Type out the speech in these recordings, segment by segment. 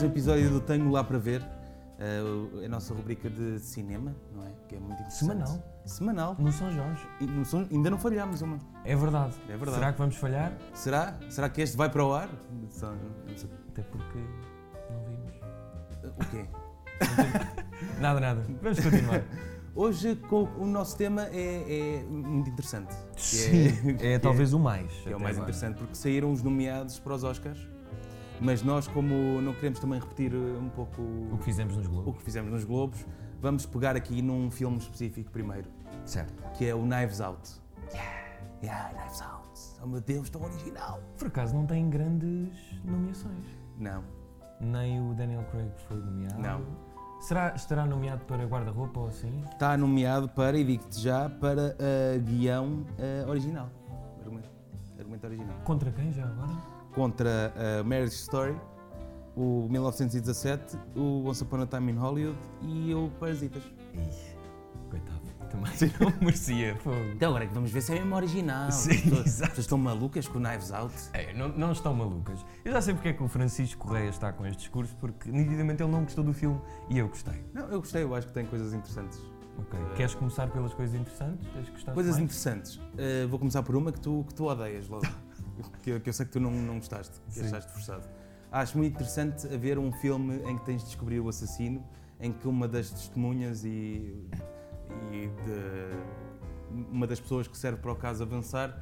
episódio do Tenho Lá para Ver, a nossa rubrica de cinema, não é? Que é muito interessante. Semanal. No São Jorge. E ainda não falhámos uma. É verdade. É verdade. Será que vamos falhar? Será que este vai para o ar? Até porque não vimos. O quê? Nada. Vamos continuar. Hoje o nosso tema é muito interessante. É talvez o mais. É o mais interessante porque saíram os nomeados para os Oscars. Mas nós, como não queremos também repetir um pouco o que fizemos nos Globos, vamos pegar aqui num filme específico primeiro. Certo. Que é o Knives Out. Knives Out. Oh meu Deus, tão original. Por acaso não tem grandes nomeações. Não. Nem o Daniel Craig foi nomeado. Não. Estará nomeado para guarda-roupa ou assim? Está nomeado para, e digo-te já, para guião original. Argumento original. Contra quem já agora? Contra a Marriage Story, o 1917, o Once Upon a Time in Hollywood e o Parasitas. Coitado, também não merecia. Então agora é que vamos ver se é mesmo original. Sim, As pessoas estão malucas com o Knives Out. Não estão malucas. Eu já sei porque é que o Francisco Correia está com este discurso, porque nitidamente ele não gostou do filme e eu gostei. Não, eu gostei, eu acho que tem coisas interessantes. Ok. Queres começar pelas coisas interessantes? Coisas interessantes. Vou começar por uma que tu odeias logo. que eu sei que tu não gostaste, que achaste forçado. Acho muito interessante haver um filme em que tens de descobrir o assassino, em que uma das testemunhas uma das pessoas que serve para o caso avançar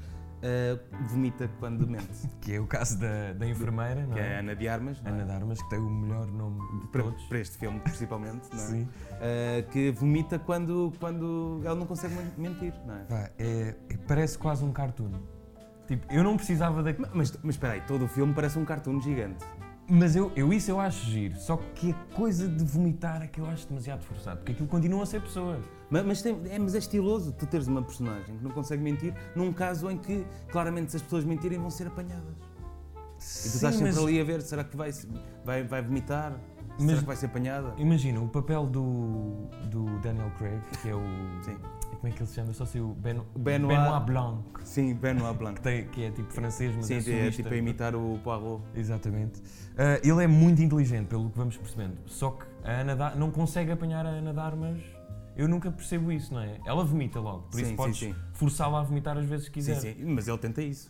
vomita quando mente. Que é o caso da enfermeira, não é? Que é a Ana de Armas. Ana de Armas, que tem o melhor nome de todos. Para este filme, principalmente, não é? Sim. Que vomita quando ela não consegue mentir, não é? Parece quase um cartoon. Tipo, eu não precisava da... Mas espera aí, todo o filme parece um cartoon gigante. Mas isso eu acho giro, só que a coisa de vomitar é que eu acho demasiado forçado, porque aquilo continua a ser pessoas. Mas é estiloso tu teres uma personagem que não consegue mentir, num caso em que, claramente, se as pessoas mentirem, vão ser apanhadas. E tu estás sempre ali a ver, será que vai vomitar? Será que vai ser apanhada? Imagina, o papel do Daniel Craig, que é o... Sim. Como é que ele se chama? Só sei o Benoit Blanc. Sim, Benoit Blanc. Que é tipo francês, mas sim, é tipo a imitar o Poirot. Exatamente. Ele é muito inteligente, pelo que vamos percebendo. Só que a não consegue apanhar a Ana de Armas. Eu nunca percebo isso, não é? Ela vomita logo, por isso podes forçá-la a vomitar às vezes que quiser. Sim, mas ele tenta isso.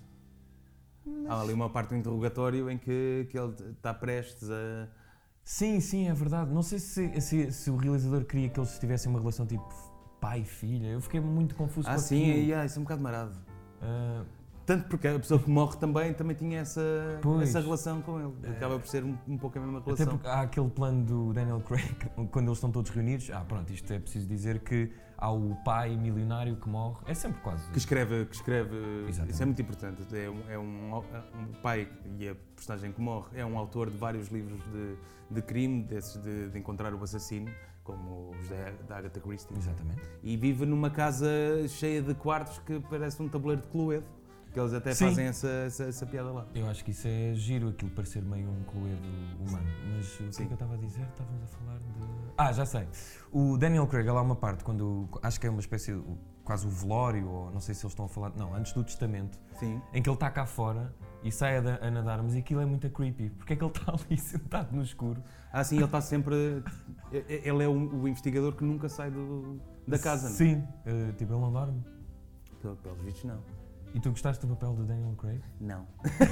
Há ali uma parte do interrogatório em que ele está prestes a... Sim, é verdade. Não sei se o realizador queria que eles tivessem uma relação tipo pai e filha. Eu fiquei muito confuso com aquilo. Sim, isso é um bocado marado. Tanto porque a pessoa que morre também tinha essa relação com ele. Acaba por ser um pouco a mesma relação. Até porque há aquele plano do Daniel Craig, quando eles estão todos reunidos. Pronto, isto é preciso dizer que há o pai milionário que morre. É sempre quase. Que escreve. Exatamente. Isso é muito importante. É um pai, e a personagem que morre é um autor de vários livros de crime, desses de encontrar o assassino, como os da Agatha Christie. Exatamente. E vive numa casa cheia de quartos que parece um tabuleiro de Cluedo. Que eles até fazem essa piada lá. Eu acho que isso é giro, aquilo parecer meio um Cluedo humano. Mas o que é que eu estava a dizer? Estávamos a falar de... Já sei. O Daniel Craig, lá há uma parte, quando acho que é uma espécie de quase o velório, ou não sei se eles estão a falar... Não, antes do testamento. Sim. Em que ele está cá fora e sai a Ana de Armas e aquilo é muito creepy. Porque é que ele está ali sentado no escuro? Sim, ele está sempre... Ele é o investigador que nunca sai da casa, não é? Sim. Tipo, ele não dorme. Pelos vistos, não. E tu gostaste do papel do Daniel Craig? Não.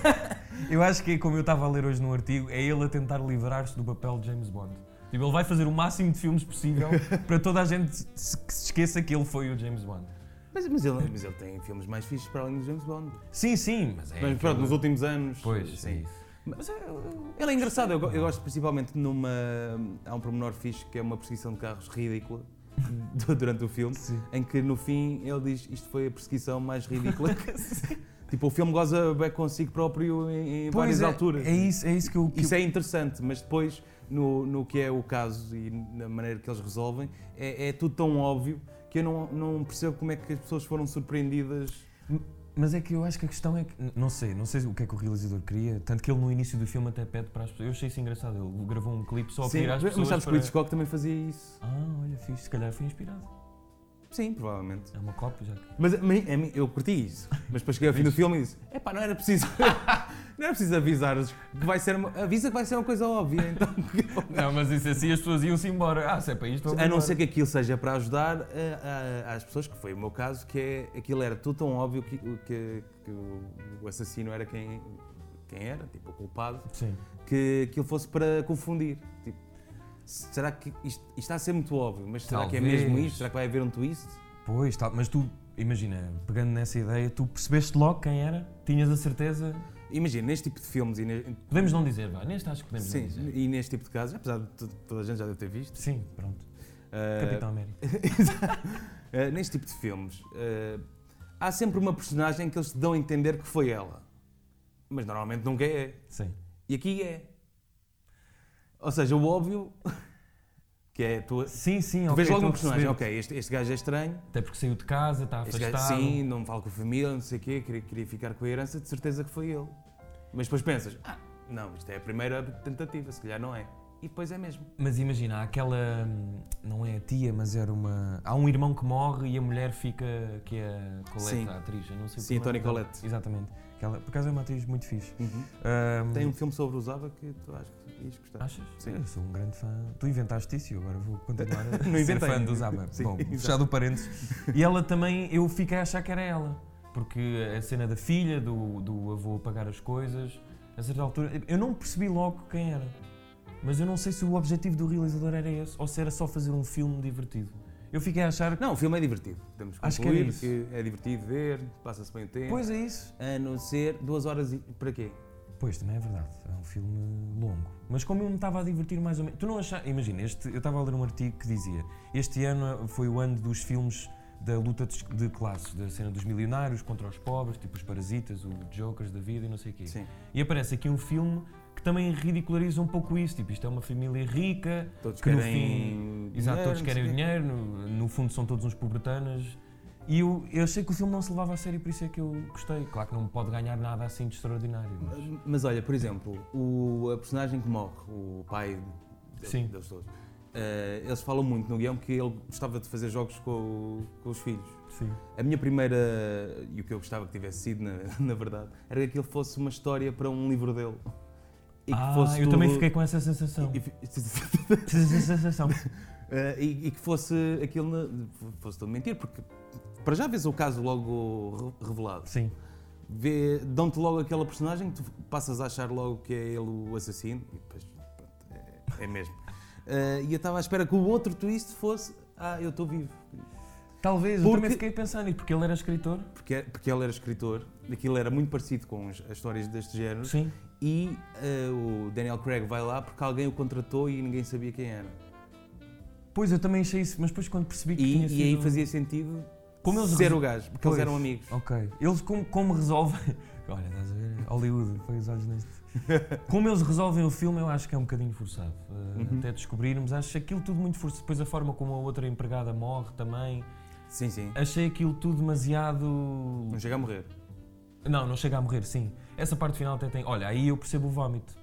Eu acho que, como eu estava a ler hoje num artigo, é ele a tentar livrar-se do papel de James Bond. Tipo, ele vai fazer o máximo de filmes possível para toda a gente que se esqueça que ele foi o James Bond. Mas ele tem filmes mais fixes para além do James Bond. Sim, mas Mas pronto, nos últimos anos... Pois, sim. É isso. Mas ele é engraçado, eu gosto principalmente há um pormenor fixe que é uma perseguição de carros ridícula. Durante o filme, em que no fim ele diz isto foi a perseguição mais ridícula. Tipo, o filme goza bem consigo próprio em várias alturas. É isso que eu... Isso é interessante, mas depois, no que é o caso e na maneira que eles resolvem, é tudo tão óbvio que eu não percebo como é que as pessoas foram surpreendidas. Mas é que eu acho que a questão é que... Não sei o que é que o realizador queria, tanto que ele no início do filme até pede para as pessoas... Eu achei isso engraçado, ele gravou um clipe só a pedir às pessoas. Mas sabes que o Hitchcock também fazia isso. Olha, fixe, se calhar foi inspirado. Sim, provavelmente. É uma cópia já. Mas eu curti isso, mas depois cheguei ao fim do filme e disse não era preciso... Não é preciso avisar-os que vai ser avisa que vai ser uma coisa óbvia, então. Não, mas isso assim as pessoas iam-se embora. Se é para isto, a não ser que aquilo seja para ajudar as pessoas, que foi o meu caso, que é aquilo era tudo tão óbvio que o assassino era quem era, tipo, o culpado, sim, que aquilo fosse para confundir. Tipo, será que isto está a ser muito óbvio, mas será que é mesmo isto? Será que vai haver um twist? Pois, mas tu, imagina, pegando nessa ideia, tu percebeste logo quem era? Tinhas a certeza? Imagina, neste tipo de filmes... Podemos não dizer, vá, neste acho que podemos não dizer. Sim, e neste tipo de casos, apesar de toda a gente já deve ter visto. Sim, pronto. Capitão América. Neste tipo de filmes, há sempre uma personagem que eles te dão a entender que foi ela. Mas normalmente nunca é. Sim. E aqui é. Ou seja, o óbvio... Que é tu vês logo um personagem, ok, este gajo é estranho. Até porque saiu de casa, está afastado. Gajo, sim, não me fala com a família, não sei o quê, queria ficar com a herança, de certeza que foi ele. Mas depois pensas, não, isto é a primeira tentativa, se calhar não é. E depois é mesmo. Mas imagina, aquela, não é a tia, mas era há um irmão que morre e a mulher fica, que é a Colette, a atriz, eu não sei. Sim, Toni Collette. Exatamente. Por acaso é uma atriz muito fixe. Tem um filme sobre o Zaba que tu acho que ias gostar. Achas? Sim. Eu sou um grande fã. Tu inventaste isso e agora vou continuar a não ser fã do Zaba. Sim, bom, fechado o parênteses. E ela também, eu fiquei a achar que era ela. Porque a cena da filha, do avô pagar as coisas, a certa altura, eu não percebi logo quem era. Mas eu não sei se o objetivo do realizador era esse ou se era só fazer um filme divertido. Eu fiquei a achar... Não, o filme é divertido. Temos que concluir que é divertido ver, passa-se bem o tempo. Pois é isso. A não ser 2 horas e... Para quê? Pois, também é verdade. É um filme longo. Mas como eu me estava a divertir mais ou menos... Tu não achas... Imagina, eu estava a ler um artigo que dizia este ano foi o ano dos filmes da luta de classes, da cena dos milionários contra os pobres, tipo os Parasitas, os Jokers da vida e não sei o quê. Sim. E aparece aqui um filme que também ridiculariza um pouco isso, tipo, isto é uma família rica, todos que no querem fim, exato, todos querem o dinheiro, no fundo são todos uns pobretanas, e eu achei que o filme não se levava a sério, por isso é que eu gostei. Claro que não pode ganhar nada assim de extraordinário. Mas olha, por exemplo, a personagem que morre, o pai deles todos, eles falam muito no guião que ele gostava de fazer jogos com os filhos. Sim. A minha primeira, e o que eu gostava que tivesse sido, na verdade, era que aquilo fosse uma história para um livro dele. E que fosse eu também fiquei com essa sensação. E que fosse aquilo, fosse todo mentira, porque para já vês o caso logo revelado. Sim. Dão-te logo aquela personagem que tu passas a achar logo que é ele o assassino, e depois pronto, é mesmo. E eu estava à espera que o outro twist fosse, eu estou vivo. Talvez, eu também fiquei pensando nisso, porque ele era escritor. Porque ele era escritor, aquilo era muito parecido com as histórias deste género. Sim. E o Daniel Craig vai lá porque alguém o contratou e ninguém sabia quem era. Pois, eu também achei isso, mas depois quando percebi que tinha sido... E aí fazia sentido ser o gajo, porque eles eram amigos. Ok. Eles como resolvem... Olha, estás a ver? Hollywood, põe os olhos neste. Como eles resolvem o filme, eu acho que é um bocadinho forçado. Até descobrirmos, acho aquilo tudo muito forçado. Depois a forma como a outra empregada morre também. Sim, sim. Achei aquilo tudo demasiado... Não chega a morrer. Não chega a morrer, sim. Essa parte final até tem... Olha, aí eu percebo o vómito.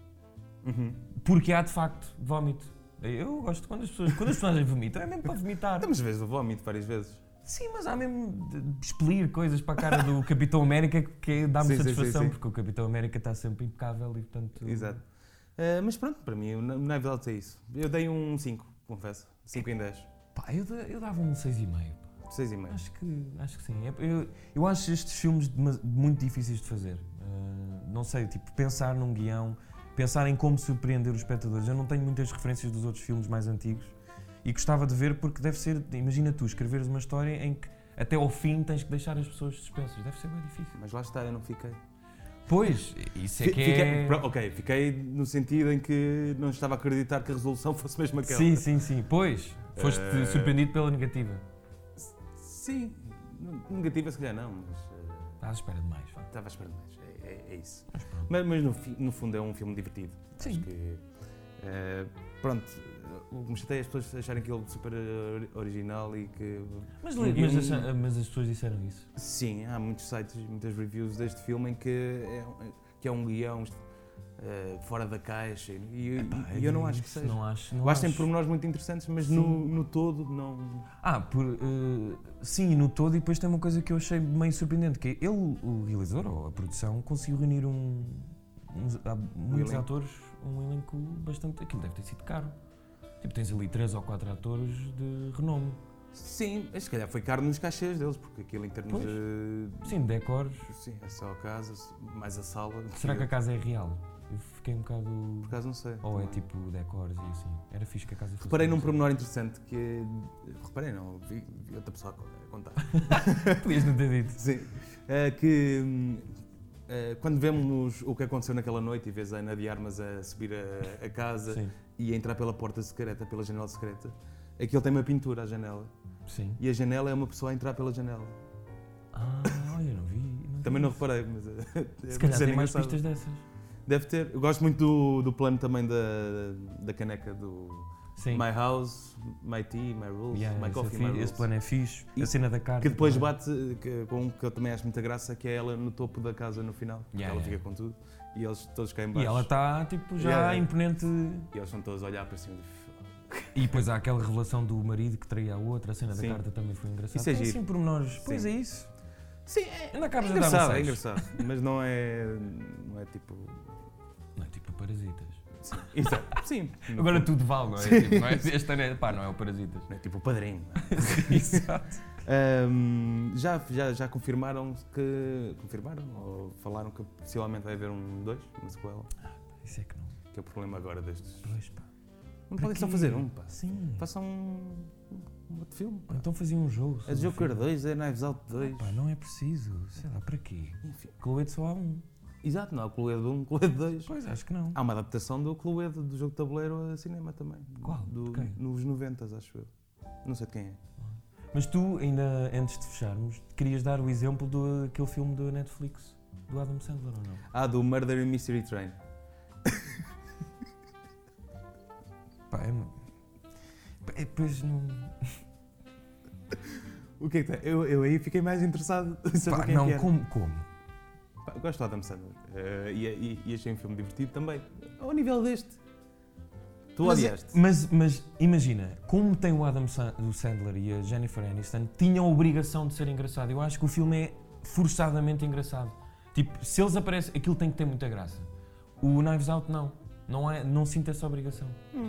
Porque há, de facto, vómito. Eu gosto quando as personagens vomitam, é mesmo para vomitar. Mas vezes o vómito várias vezes. Sim, mas há mesmo de expelir coisas para a cara do Capitão América que dá-me satisfação, sim. Porque o Capitão América está sempre impecável e, portanto... Exato. Mas pronto, para mim, o Knives Out é isso. Eu dei um 5, confesso. 5 em 10. Pá, eu dava um 6,5. 6,5. Acho que sim. Eu acho estes filmes muito difíceis de fazer. Não sei, tipo, pensar num guião, pensar em como surpreender os espectadores. Eu não tenho muitas referências dos outros filmes mais antigos e gostava de ver porque deve ser, imagina tu, escreveres uma história em que até ao fim tens que deixar as pessoas suspensas. Deve ser bem difícil. Mas lá está, eu não fiquei. Pois, isso é que é... Fiquei no sentido em que não estava a acreditar que a resolução fosse mesmo aquela. Sim. Pois, foste surpreendido pela negativa. Sim, negativa se calhar não, mas... Estás à espera de mais, vá. Estava à espera de mais, é isso. Mas no fundo é um filme divertido. Sim. Acho que, pronto, o que me chateia é as pessoas acharem que ele é super original e que... Mas as pessoas disseram isso? Sim, há muitos sites, muitas reviews deste filme em que é um guião fora da caixa e eu não acho que seja. Não acho. Eu acho que tem pormenores muito interessantes, mas no todo não... Sim, no todo, e depois tem uma coisa que eu achei meio surpreendente, que é o realizador ou a produção conseguiu reunir há muitos elenco. atores, um elenco bastante... Aquilo deve ter sido caro. Tipo, tens ali 3 ou 4 atores de renome. Sim, se calhar foi caro nos cachês deles, porque aquilo em termos Pois. de... Sim, decors. Sim, é só a casa, mais a sala. Será que a casa é real? Eu fiquei um bocado... Por acaso não sei. Ou é também. tipo decors e assim? Era fixe que a casa fosse... Reparei num assim. pormenor interessante que é... Reparei não, vi outra pessoa a contar. Podias não ter dito. Sim. Quando vemos o que aconteceu naquela noite e vês a Ana de Armas a subir a casa Sim, e a entrar pela porta secreta, pela janela secreta, aquilo tem uma pintura à janela. sim. E a janela é uma pessoa a entrar pela janela. Olha, não vi. Também não vi isso. reparei, mas Se calhar é tem mais engraçado. pistas dessas. Deve ter. Eu gosto muito do plano também da caneca do Sim. My House, My Tea, My Rules, Yeah, My esse Coffee, é My fi- Rules. esse plano é fixe. E A cena da carta. Que depois também. bate com um que eu também acho muita graça, que é ela no topo da casa no final. Yeah, ela yeah. fica com tudo e eles todos caem E baixo. ela está tipo já Yeah. imponente. E eles estão todos a olhar para cima. E depois há aquela revelação do marido que traía a outra, a cena Sim. da carta também foi engraçada. Isso é Tem giro. assim pormenores. Pois Sim. é isso. Sim, Ainda acabas é de dar engraçado, um é seis. engraçado. Mas não é tipo. Não é tipo Parasitas. Exato. Sim. Agora tudo vale, não é? Tipo, não é? Este ano é, pá, não é o Parasitas. Não é tipo o padrinho. Exato. Já confirmaram que. Confirmaram? Ou falaram que possivelmente vai haver um 2, uma sequela? Isso é que não. Que é o problema agora destes. Pois, pá. Não Para podem só quê? fazer um, pá. Sim. Façam um outro filme. Ou Pá. então fazia um jogo. É sobre o Joker filme. 2, é Knives Out 2. Pá, não é preciso. Sei lá, para quê? Enfim. Cluedo só há um. Exato, não há o Cluedo 1, Cluedo 2. Pois, acho que não. Há uma adaptação do Cluedo, do jogo de tabuleiro a cinema também. Qual? De quem? Nos 90, acho eu. Não sei de quem é. Mas tu, ainda antes de fecharmos, querias dar o exemplo daquele filme da Netflix, do Adam Sandler ou não? Ah, do Murder and Mystery Train. Pá, depois não... O que é que tem? Eu aí fiquei mais interessado em saber Pá, quem não, é que era. como? Pá, gosto do Adam Sandler. E achei um filme divertido também. Ao nível deste. Tu odiaste. Mas imagina, como tem o Adam o Sandler e a Jennifer Aniston, tinham a obrigação de ser engraçado. Eu acho que o filme é forçadamente engraçado. Tipo, se eles aparecem, aquilo tem que ter muita graça. O Knives Out não sinto essa obrigação.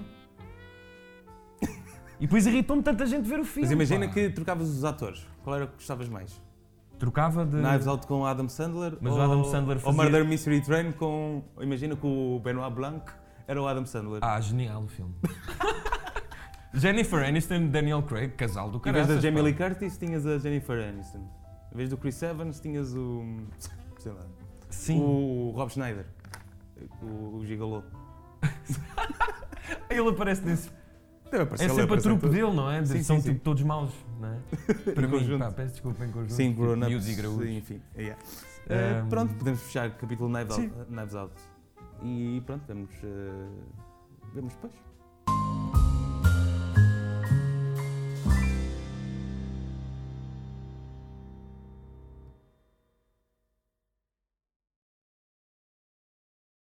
E depois irritou-me tanta gente ver o filme. Mas imagina pá. que trocavas os atores. Qual era que gostavas mais? Trocava de... Knives Out com o Adam Sandler? Mas o ou, Adam Sandler ou fazia- Murder Mystery Train com... Imagina que o Benoit Blanc era o Adam Sandler. Ah, genial o filme. Jennifer Aniston e Daniel Craig, casal do Em caralho. vez da Jamie Lee Curtis, tinhas a Jennifer Aniston. Em vez do Chris Evans, tinhas o... sei lá. Sim. O Rob Schneider. O gigolô. Ele aparece nesse... Deve É aparecer, ele sempre a aparece em trupe tudo. dele, não é? Sim, São sim, tipo sim. todos maus, não é? Para mim, conjunto. pá, peço desculpa em conjunto. Sim, tipo, grown-ups, miúdos e graúdos. sim, enfim. Yeah. Um, Pronto, podemos fechar o capítulo sim. Knives Out. E pronto, vemos depois.